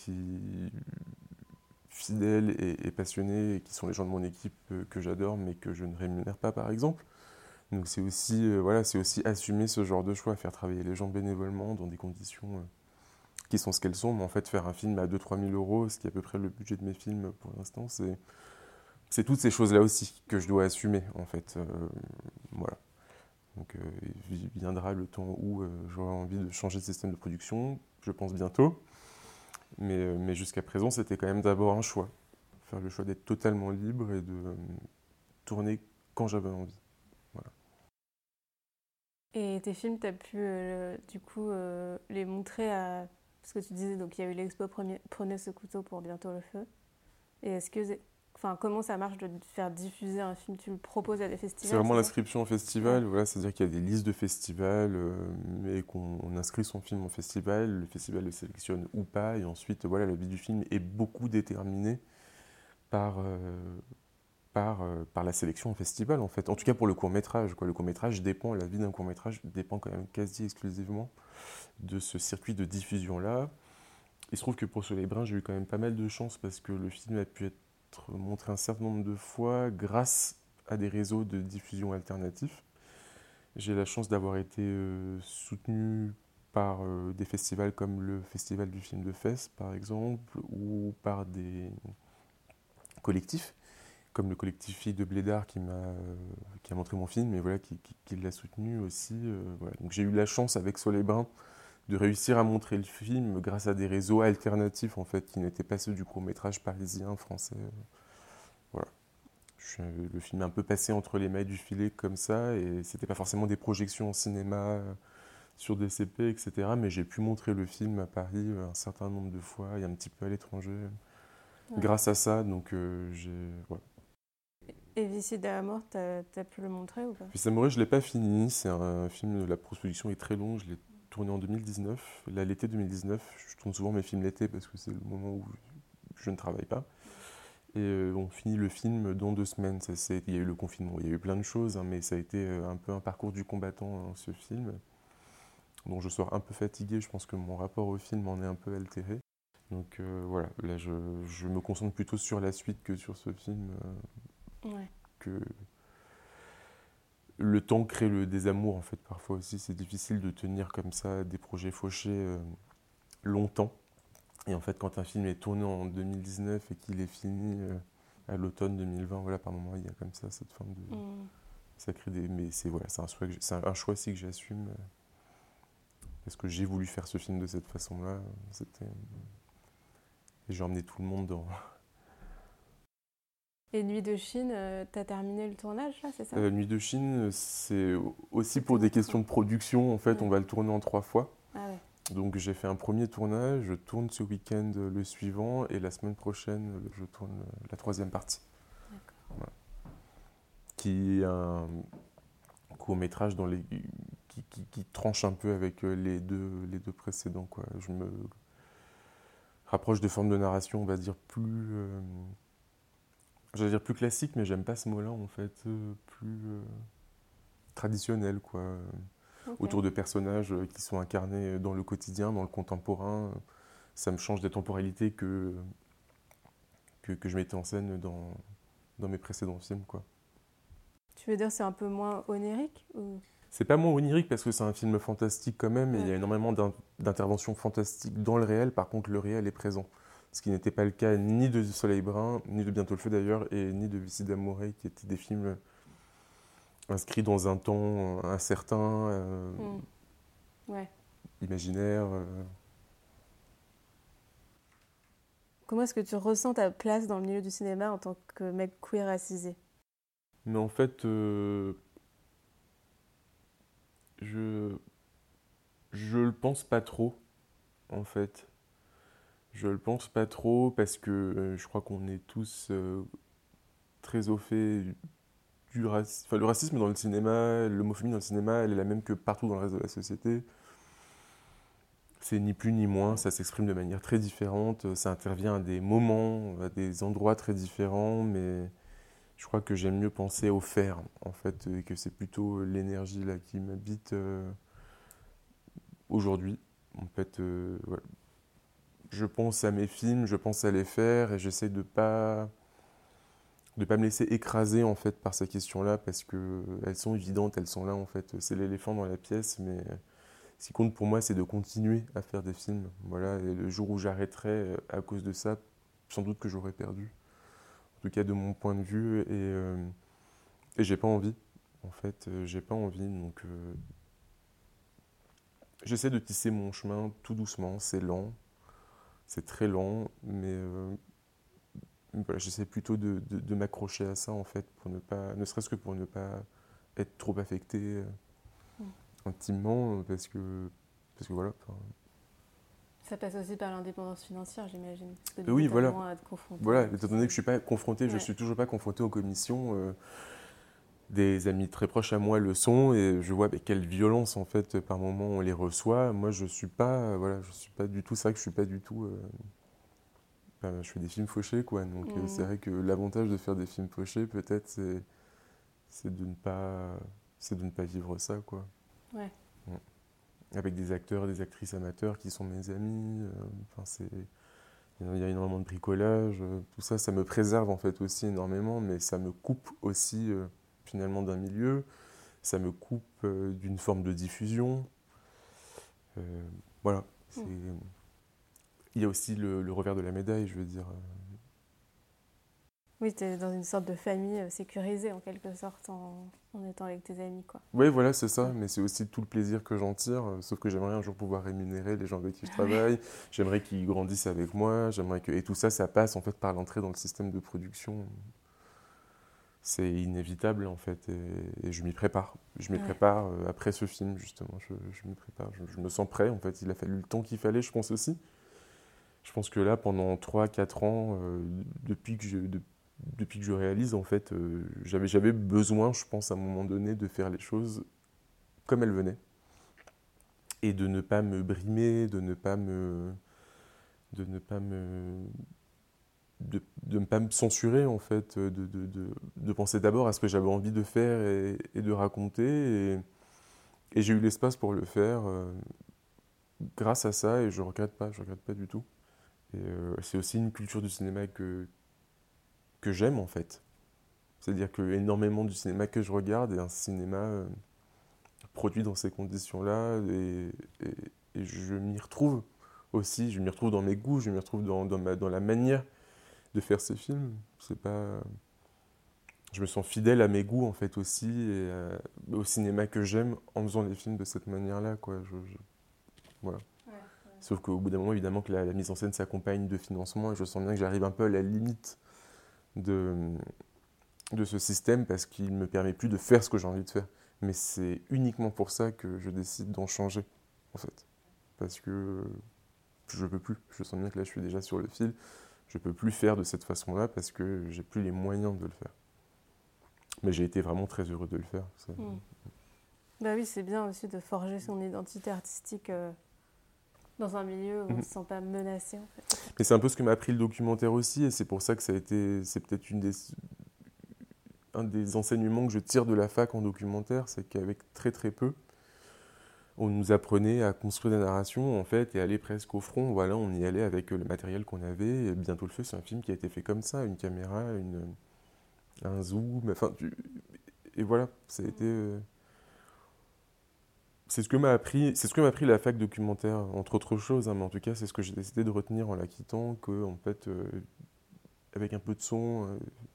fidèles et passionnés, et qui sont les gens de mon équipe que j'adore, mais que je ne rémunère pas, par exemple. Donc, c'est aussi, voilà, c'est aussi assumer ce genre de choix, faire travailler les gens bénévolement dans des conditions qui sont ce qu'elles sont, mais en fait faire un film à 2 000 à 3 000 euros, ce qui est à peu près le budget de mes films pour l'instant, c'est toutes ces choses-là aussi que je dois assumer, en fait. Voilà. Donc il viendra le temps où j'aurai envie de changer de système de production, je pense bientôt, mais jusqu'à présent c'était quand même d'abord un choix, faire le choix d'être totalement libre et de tourner quand j'avais envie. Voilà. Et tes films, tu as pu du coup les montrer à. Parce que tu disais, donc il y a eu l'expo Prenez ce couteau pour bientôt le feu. Et est-ce que. Enfin, comment ça marche de faire diffuser un film? Tu le proposes à des C'est festivals, vraiment c'est ça? l'inscription en Ouais. festival, voilà, c'est-à-dire qu'il y a des listes de festivals et qu'on inscrit son film en festival, le festival le sélectionne ou pas, et ensuite voilà, la vie du film est beaucoup déterminée par, par la sélection en festival en fait. En tout cas pour le court-métrage, quoi. Le court-métrage dépend, la vie d'un court-métrage dépend quand même quasi exclusivement de ce circuit de diffusion-là. Il se trouve que pour Soleil Brun, j'ai eu quand même pas mal de chance parce que le film a pu être montré un certain nombre de fois grâce à des réseaux de diffusion alternatifs. J'ai la chance d'avoir été soutenu par des festivals comme le Festival du film de Fès, par exemple, ou par des collectifs, comme le collectif Filles de Blédard qui a montré mon film, et voilà, qui l'a soutenu aussi. Voilà. Donc j'ai eu la chance avec Soleil Brun de réussir à montrer le film grâce à des réseaux alternatifs, en fait, qui n'étaient pas ceux du court-métrage parisien, français. Voilà. Le film est un peu passé entre les mailles du filet comme ça, et c'était pas forcément des projections en cinéma sur des CP, etc. Mais j'ai pu montrer le film à Paris un certain nombre de fois et un petit peu à l'étranger Ouais. grâce à ça. Donc voilà. Et Vici de la mort, t'as pu le montrer ou pas? Puis Samouraï, je l'ai pas fini. C'est un film, la production est très longue. Je l'ai tourné en 2019, là l'été 2019. Je tourne souvent mes films l'été parce que c'est le moment où je ne travaille pas. Et on finit le film dans 2 semaines. Il y a eu le confinement, il y a eu plein de choses, hein, mais ça a été un peu un parcours du combattant, hein, ce film. Donc je sors un peu fatigué, je pense que mon rapport au film en est un peu altéré. Donc voilà, là je me concentre plutôt sur la suite que sur ce film. Ouais. Que le temps crée le désamour en fait, parfois aussi. C'est difficile de tenir comme ça des projets fauchés longtemps. Et en fait, quand un film est tourné en 2019 et qu'il est fini à l'automne 2020, voilà, par moment, il y a comme ça cette forme de. Ça crée des. Mais c'est voilà, c'est un choix, c'est un choix aussi que j'assume. Est-ce que j'ai voulu faire ce film de cette façon-là? Et j'ai emmené tout le monde dans... Et Nuit de Chine, t'as terminé le tournage là, c'est ça? Nuit de Chine, c'est aussi C'était pour des long, questions ouais. de production. En fait, Ouais. on va le tourner en 3 fois. Ah ouais. Donc j'ai fait un premier tournage, je tourne ce week-end le suivant, et la semaine prochaine, je tourne la 3e partie. D'accord. Voilà. Qui est un court-métrage qui tranche un peu avec les deux précédents, quoi. Je me rapproche de formes de narration, on va dire, j'allais dire plus classique, mais j'aime pas ce mot-là, en fait, plus traditionnel, quoi. Ok. Autour de personnages qui sont incarnés dans le quotidien, dans le contemporain. Ça me change des temporalités que je mettais en scène dans mes précédents films, quoi. Tu veux dire c'est un peu moins onirique ou... C'est pas moins onirique parce que c'est un film fantastique quand même, et il y a Ouais. énormément d'interventions fantastiques dans le réel. Par contre, le réel est présent. Ce qui n'était pas le cas ni de Soleil Brun, ni de Bientôt le Feu d'ailleurs, et ni de Vici d'Amore, qui étaient des films inscrits dans un temps incertain, Ouais. imaginaire. Comment est-ce que tu ressens ta place dans le milieu du cinéma en tant que mec queer racisé? Mais en fait, je je le pense pas trop, en fait. Je le pense pas trop parce que je crois qu'on est tous très au fait du racisme. Enfin, le racisme dans le cinéma, l'homophobie dans le cinéma, elle est la même que partout dans le reste de la société. C'est ni plus ni moins, ça s'exprime de manière très différente, ça intervient à des moments, à des endroits très différents, mais je crois que j'aime mieux penser au faire, en fait, et que c'est plutôt l'énergie là qui m'habite aujourd'hui. En fait, voilà. Je pense à mes films, je pense à les faire, et j'essaie de pas me laisser écraser en fait par ces questions-là, parce que elles sont évidentes, elles sont là en fait. C'est l'éléphant dans la pièce, mais ce qui compte pour moi, c'est de continuer à faire des films. Voilà, et le jour où j'arrêterai à cause de ça, sans doute que j'aurais perdu. En tout cas, de mon point de vue, et j'ai pas envie. En fait, j'ai pas envie, donc j'essaie de tisser mon chemin tout doucement. C'est lent, c'est très lent, mais voilà, j'essaie plutôt de m'accrocher à ça en fait, pour ne pas, ne serait-ce que pour ne pas être trop affecté Mm. intimement, parce que voilà. Ça passe aussi par l'indépendance financière, j'imagine. Parce que du coup, Oui, t'as voilà. moins à te confronter Voilà, à tout étant ça. donné que je suis pas confronté, je Ouais. suis toujours pas confronté aux commissions. Des amis très proches à moi le sont, et je vois quelle violence en fait par moment on les reçoit. Moi, je suis pas, voilà, je suis pas du tout. C'est vrai que je suis pas du tout. Je fais des films fauchés, quoi. Donc c'est Mm. vrai que l'avantage de faire des films fauchés, peut-être, c'est de ne pas, c'est de ne pas vivre ça, quoi. Ouais. Mm. Avec des acteurs, des actrices amateurs qui sont mes amis. Enfin, il y a énormément de bricolage. Tout ça, ça me préserve en fait aussi énormément, mais ça me coupe aussi finalement d'un milieu. Ça me coupe d'une forme de diffusion. Voilà. Mm. Il y a aussi le revers de la médaille, je veux dire. Oui, t'es dans une sorte de famille sécurisée en quelque sorte en étant avec tes amis, quoi. Oui, voilà, c'est ça, Ouais. mais c'est aussi tout le plaisir que j'en tire, sauf que j'aimerais un jour pouvoir rémunérer les gens avec qui je Ouais. travaille, j'aimerais qu'ils grandissent avec moi, et tout ça, ça passe en fait par l'entrée dans le système de production. C'est inévitable en fait, et je m'y prépare. Je m'y Ouais. prépare après ce film, justement, je m'y prépare, je me sens prêt en fait, il a fallu le temps qu'il fallait, je pense aussi. Je pense que là, pendant 3 4 ans, depuis que je réalise, en fait, j'avais besoin, je pense, à un moment donné, de faire les choses comme elles venaient. Et de ne pas me brimer, de ne pas me, de ne pas me censurer, en fait, de penser d'abord à ce que j'avais envie de faire et de raconter. Et j'ai eu l'espace pour le faire grâce à ça, et je regrette pas du tout. Et c'est aussi une culture du cinéma que j'aime, en fait. C'est-à-dire que énormément du cinéma que je regarde est un cinéma produit dans ces conditions-là, et je m'y retrouve aussi, je m'y retrouve dans mes goûts, je m'y retrouve dans la manière de faire ces films. C'est pas... Je me sens fidèle à mes goûts en fait aussi, et au cinéma que j'aime en faisant les films de cette manière-là, quoi. Voilà. Ouais. Sauf qu'au bout d'un moment, évidemment, que la mise en scène s'accompagne de financement, et je sens bien que j'arrive un peu à la limite de, de ce système parce qu'il ne me permet plus de faire ce que j'ai envie de faire. Mais c'est uniquement pour ça que je décide d'en changer, en fait. Parce que je peux plus. Je sens bien que là, je suis déjà sur le fil. Je peux plus faire de cette façon-là parce que j'ai plus les moyens de le faire. Mais j'ai été vraiment très heureux de le faire. Ça. Bah oui, c'est bien aussi de forger son identité artistique dans un milieu où on ne se sent pas menacé, en fait. Mais c'est un peu ce que m'a appris le documentaire aussi, et c'est pour ça que ça a été, c'est peut-être un des enseignements que je tire de la fac en documentaire, c'est qu'avec très très peu, on nous apprenait à construire des narrations en fait et aller presque au front. Voilà, on y allait avec le matériel qu'on avait. Et Bientôt le feu, c'est un film qui a été fait comme ça, une caméra, un zoom, enfin, et voilà, ça a été. C'est ce que m'a appris, c'est ce que m'a appris la fac documentaire, entre autres choses, hein, mais en tout cas, c'est ce que j'ai décidé de retenir en la quittant, que en fait, avec un peu de son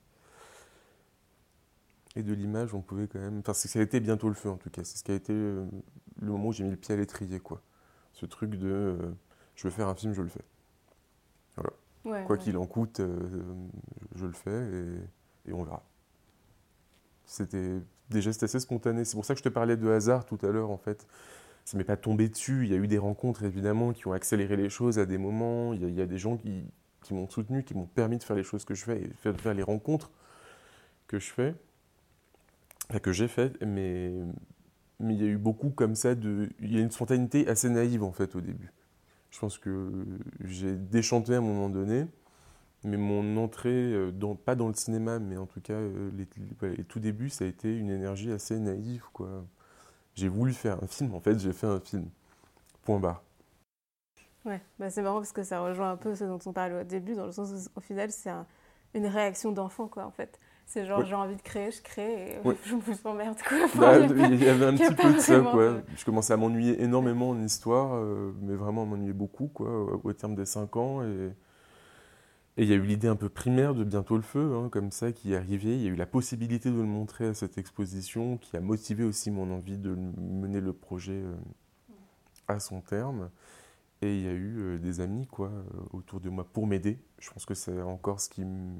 et de l'image, on pouvait quand même. Enfin, ça a été Bientôt le feu en tout cas. C'est ce qui a été le moment où j'ai mis le pied à l'étrier, quoi. Ce truc de je veux faire un film, je le fais. Voilà. Ouais, Quoi ouais. qu'il en coûte, je le fais et on verra. C'était des gestes assez spontanés. C'est pour ça que je te parlais de hasard tout à l'heure, en fait. Ça m'est pas tombé dessus. Il y a eu des rencontres, évidemment, qui ont accéléré les choses à des moments. Il y a des gens qui m'ont soutenu, qui m'ont permis de faire les choses que je fais et de faire les rencontres que je fais, que j'ai faites. Mais il y a eu beaucoup comme ça il y a une spontanéité assez naïve, en fait, au début. Je pense que j'ai déchanté à un moment donné. Mais mon entrée, pas dans le cinéma, mais en tout cas, les tout débuts, ça a été une énergie assez naïve, quoi. J'ai voulu faire un film, en fait, j'ai fait un film. Point barre. Ouais, bah c'est marrant parce que ça rejoint un peu ce dont on parlait au début, dans le sens où au final c'est une réaction d'enfant, quoi, en fait. C'est genre Oui, j'ai envie de créer, je crée, et oui. je me s'emmerde, quoi. Enfin, Bah, il il y avait un n'y a petit pas peu de ça, vraiment quoi. de... Je commençais à m'ennuyer énormément en histoire, mais vraiment à m'ennuyer beaucoup, quoi, au terme des 5 ans. Et il y a eu l'idée un peu primaire de Bientôt le feu, hein, comme ça, qui est arrivée. Il y a eu la possibilité de le montrer à cette exposition, qui a motivé aussi mon envie de mener le projet à son terme. Et il y a eu des amis quoi, autour de moi pour m'aider. Je pense que c'est encore ce qui me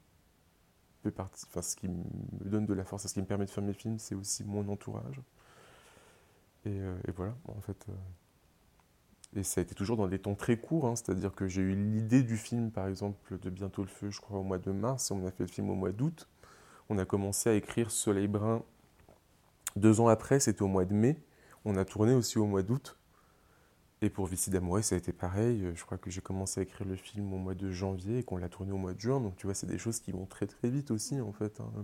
ce qui me donne de la force, ce qui me permet de faire mes films, c'est aussi mon entourage. Et voilà, en fait. Et ça a été toujours dans des temps très courts, hein, c'est-à-dire que j'ai eu l'idée du film, par exemple, de Bientôt le feu, je crois, au mois de mars, et on a fait le film au mois d'août. On a commencé à écrire Soleil brun 2 ans après, c'était au mois de mai. On a tourné aussi au mois d'août. Et pour Vici d'Amoureux, ça a été pareil. Je crois que j'ai commencé à écrire le film au mois de janvier et qu'on l'a tourné au mois de juin. Donc tu vois, c'est des choses qui vont très très vite aussi en fait. Hein.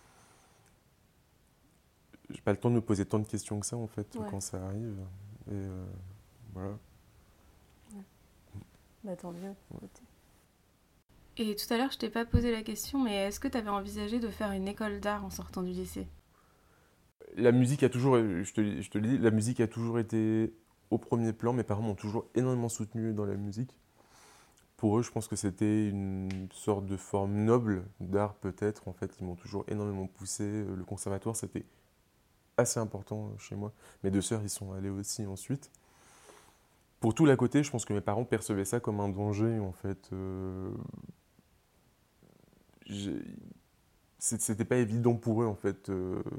J'ai pas le temps de me poser tant de questions que ça en fait Ouais. quand ça arrive. Et voilà. Ouais. Bah tant mieux. Et tout à l'heure, je t'ai pas posé la question, mais est-ce que tu avais envisagé de faire une école d'art en sortant du lycée? La musique a toujours, je te le dis, la musique a toujours été au premier plan. Mes parents m'ont toujours énormément soutenu dans la musique. Pour eux, je pense que c'était une sorte de forme noble d'art peut-être. En fait, ils m'ont toujours énormément poussé. Le conservatoire, c'était assez important chez moi. Mes 2 sœurs y sont allées aussi ensuite. Pour tout l'à côté, je pense que mes parents percevaient ça comme un danger en fait. J'ai- C'était pas évident pour eux en fait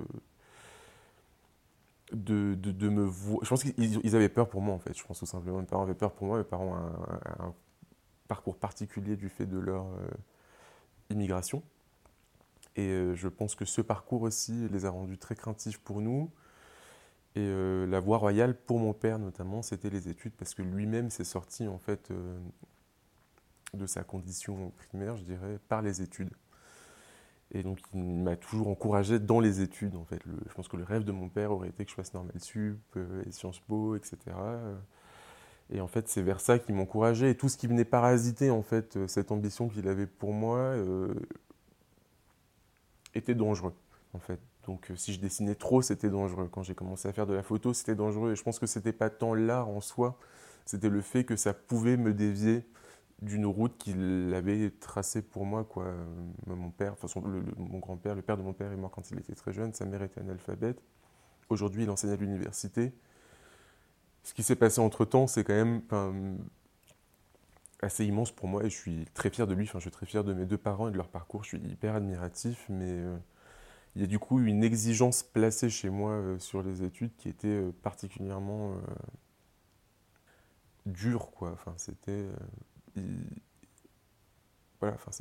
de me voir. Je pense qu'ils avaient peur pour moi en fait. Je pense tout simplement. Mes parents avaient peur pour moi. Mes parents ont un parcours particulier du fait de leur immigration. Et je pense que ce parcours aussi les a rendus très craintifs pour nous. Et la voie royale pour mon père notamment, c'était les études parce que lui-même s'est sorti en fait de sa condition primaire, je dirais, par les études. Et donc il m'a toujours encouragé dans les études en fait. Je pense que le rêve de mon père aurait été que je fasse Normal Sup et Sciences Po, etc. Et en fait c'est vers ça qu'il m'encourageait et tout ce qui venait parasiter en fait cette ambition qu'il avait pour moi était dangereux en fait. Donc si je dessinais trop, c'était dangereux. Quand j'ai commencé à faire de la photo, c'était dangereux. Et je pense que c'était pas tant l'art en soi, c'était le fait que ça pouvait me dévier d'une route qu'il avait tracée pour moi. Quoi. Mon père, enfin mon grand-père, le père de mon père est mort quand il était très jeune. Sa mère était analphabète. Aujourd'hui, il enseigne à l'université. Ce qui s'est passé entre-temps, c'est quand même assez immense pour moi et je suis très fier de lui. Enfin, je suis très fier de mes deux parents et de leur parcours. Je suis hyper admiratif, mais il y a du coup une exigence placée chez moi sur les études qui était particulièrement dure, quoi. Enfin, il- voilà, enfin,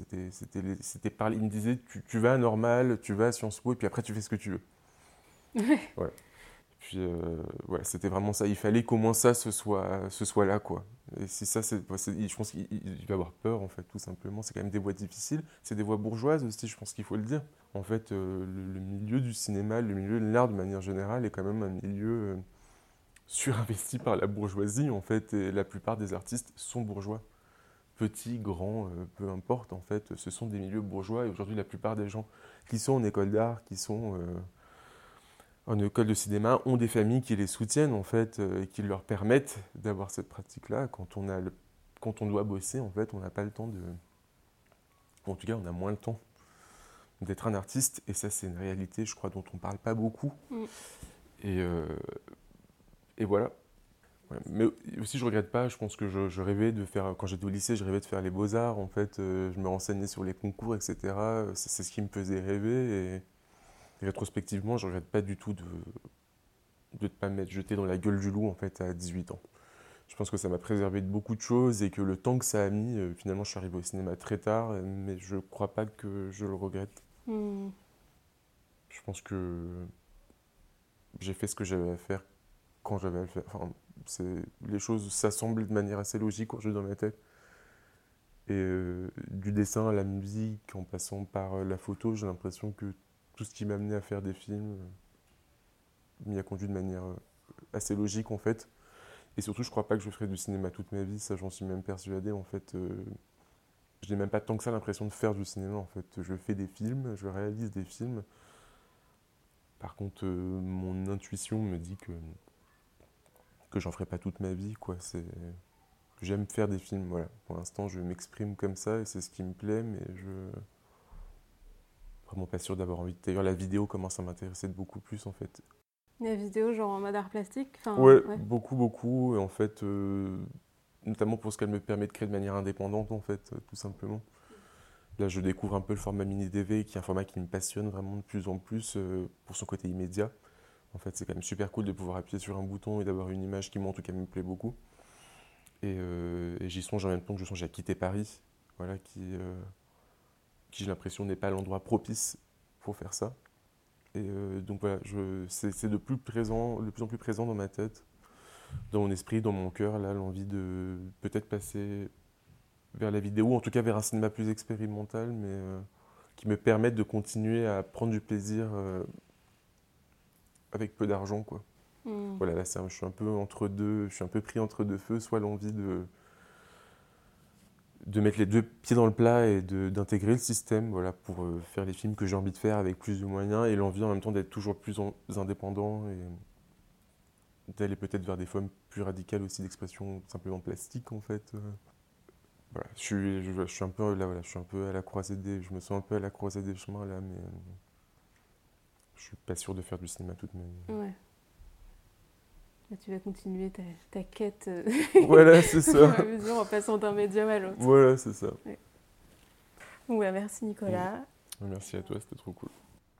il me disait, tu vas à Normal, tu vas à Sciences Po, et puis après, tu fais ce que tu veux. Ouais. Ouais. Puis, ouais, c'était vraiment ça. Il fallait qu'au moins ça, ce soit là, quoi. Et si ça, je pense qu'il va avoir peur, en fait, tout simplement. C'est quand même des voies difficiles. C'est des voies bourgeoises aussi, je pense qu'il faut le dire. En fait, le milieu du cinéma, le milieu de l'art, de manière générale, est quand même un milieu surinvesti par la bourgeoisie, en fait. Et la plupart des artistes sont bourgeois. Petits, grands, peu importe, en fait. Ce sont des milieux bourgeois. Et aujourd'hui, la plupart des gens qui sont en école d'art, qui sont en école de cinéma ont des familles qui les soutiennent en fait et qui leur permettent d'avoir cette pratique-là. Quand on doit bosser, en fait, on n'a pas le temps de... En tout cas, on a moins le temps d'être un artiste et ça, c'est une réalité, je crois, dont on ne parle pas beaucoup. Mm. Et, euh, et voilà. Ouais. Mais aussi, je regrette pas, je pense que je rêvais de faire, quand j'étais au lycée, je rêvais de faire les beaux-arts, en fait, je me renseignais sur les concours, etc. C'est ce qui me faisait rêver et rétrospectivement, je regrette pas du tout de ne pas m'être jeté dans la gueule du loup, en fait, à 18 ans. Je pense que ça m'a préservé de beaucoup de choses et que le temps que ça a mis, finalement, je suis arrivé au cinéma très tard, mais je crois pas que je le regrette. Mm. Je pense que j'ai fait ce que j'avais à faire quand j'avais à le faire. Enfin, les choses s'assemblent de manière assez logique quand je suis dans ma tête. Et du dessin à la musique, en passant par la photo, j'ai l'impression que tout ce qui m'a amené à faire des films m'y a conduit de manière assez logique, en fait. Et surtout, je crois pas que je ferai du cinéma toute ma vie, ça j'en suis même persuadé, en fait. Je n'ai même pas tant que ça l'impression de faire du cinéma, en fait. Je fais des films, je réalise des films. Par contre, mon intuition me dit que j'en ferai pas toute ma vie, quoi. J'aime faire des films, voilà. Pour l'instant, je m'exprime comme ça et c'est ce qui me plaît, mais je vraiment pas sûr d'avoir envie. D'ailleurs, la vidéo commence à m'intéresser de beaucoup plus, en fait. La vidéo, genre en mode art plastique, enfin, Ouais, ouais. beaucoup, beaucoup. Et en fait, notamment pour ce qu'elle me permet de créer de manière indépendante, en fait, tout simplement. Là, je découvre un peu le format mini DV, qui est un format qui me passionne vraiment de plus en plus pour son côté immédiat. En fait, c'est quand même super cool de pouvoir appuyer sur un bouton et d'avoir une image qui, moi, en tout cas, me plaît beaucoup. Et j'y songe en même temps que je songe à quitter Paris, voilà, qui j'ai l'impression n'est pas l'endroit propice pour faire ça. Et donc voilà, c'est de plus en plus présent dans ma tête, dans mon esprit, dans mon cœur, là, l'envie de peut-être passer vers la vidéo, en tout cas vers un cinéma plus expérimental, mais qui me permette de continuer à prendre du plaisir avec peu d'argent, quoi. Mm. Voilà, là, je suis un peu entre deux, je suis un peu pris entre deux feux, soit l'envie de mettre les deux pieds dans le plat et d'intégrer le système, voilà, pour faire les films que j'ai envie de faire avec plus de moyens, et l'envie en même temps d'être toujours plus indépendant et d'aller peut-être vers des formes plus radicales aussi d'expression simplement plastique, en fait. Voilà, je suis un peu là, voilà, je suis un peu à la croisée je me sens un peu à la croisée des chemins là, mais je suis pas sûr de faire du cinéma toute ma vie. Ouais. Là, tu vas continuer ta quête Voilà, c'est au ça. fur et à mesure en passant d'un médium à l'autre. Voilà, c'est ça. Ouais. Bon, bah, merci Nicolas. Merci à toi, c'était trop cool.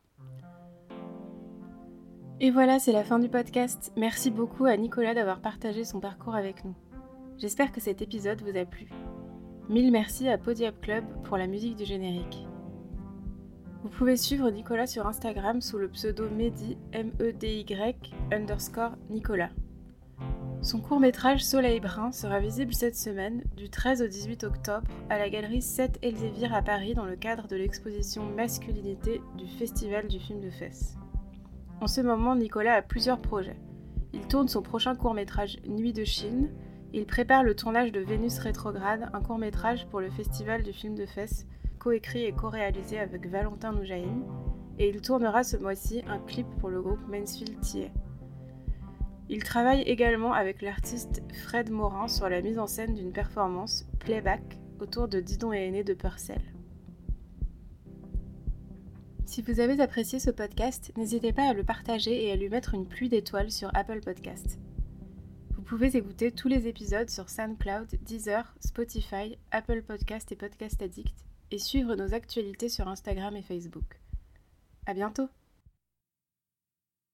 Et voilà, c'est la fin du podcast. Merci beaucoup à Nicolas d'avoir partagé son parcours avec nous. J'espère que cet épisode vous a plu. Mille merci à Podiap Club pour la musique du générique. Vous pouvez suivre Nicolas sur Instagram sous le pseudo Medy, MEDY_Nicolas. Son court-métrage Soleil Brun sera visible cette semaine, du 13 au 18 octobre, à la galerie 7 Elzévir à Paris dans le cadre de l'exposition Masculinité du Festival du film de Fès. En ce moment, Nicolas a plusieurs projets. Il tourne son prochain court-métrage Nuit de Chine, il prépare le tournage de Vénus rétrograde, un court-métrage pour le Festival du film de Fès, coécrit et co-réalisé avec Valentin Noujaïm, et il tournera ce mois-ci un clip pour le groupe Mansfield TA. Il travaille également avec l'artiste Fred Morin sur la mise en scène d'une performance Playback autour de Didon et Aîné de Purcell. Si vous avez apprécié ce podcast, n'hésitez pas à le partager et à lui mettre une pluie d'étoiles sur Apple Podcasts. Vous pouvez écouter tous les épisodes sur SoundCloud, Deezer, Spotify, Apple Podcast et Podcast Addict et suivre nos actualités sur Instagram et Facebook. À bientôt!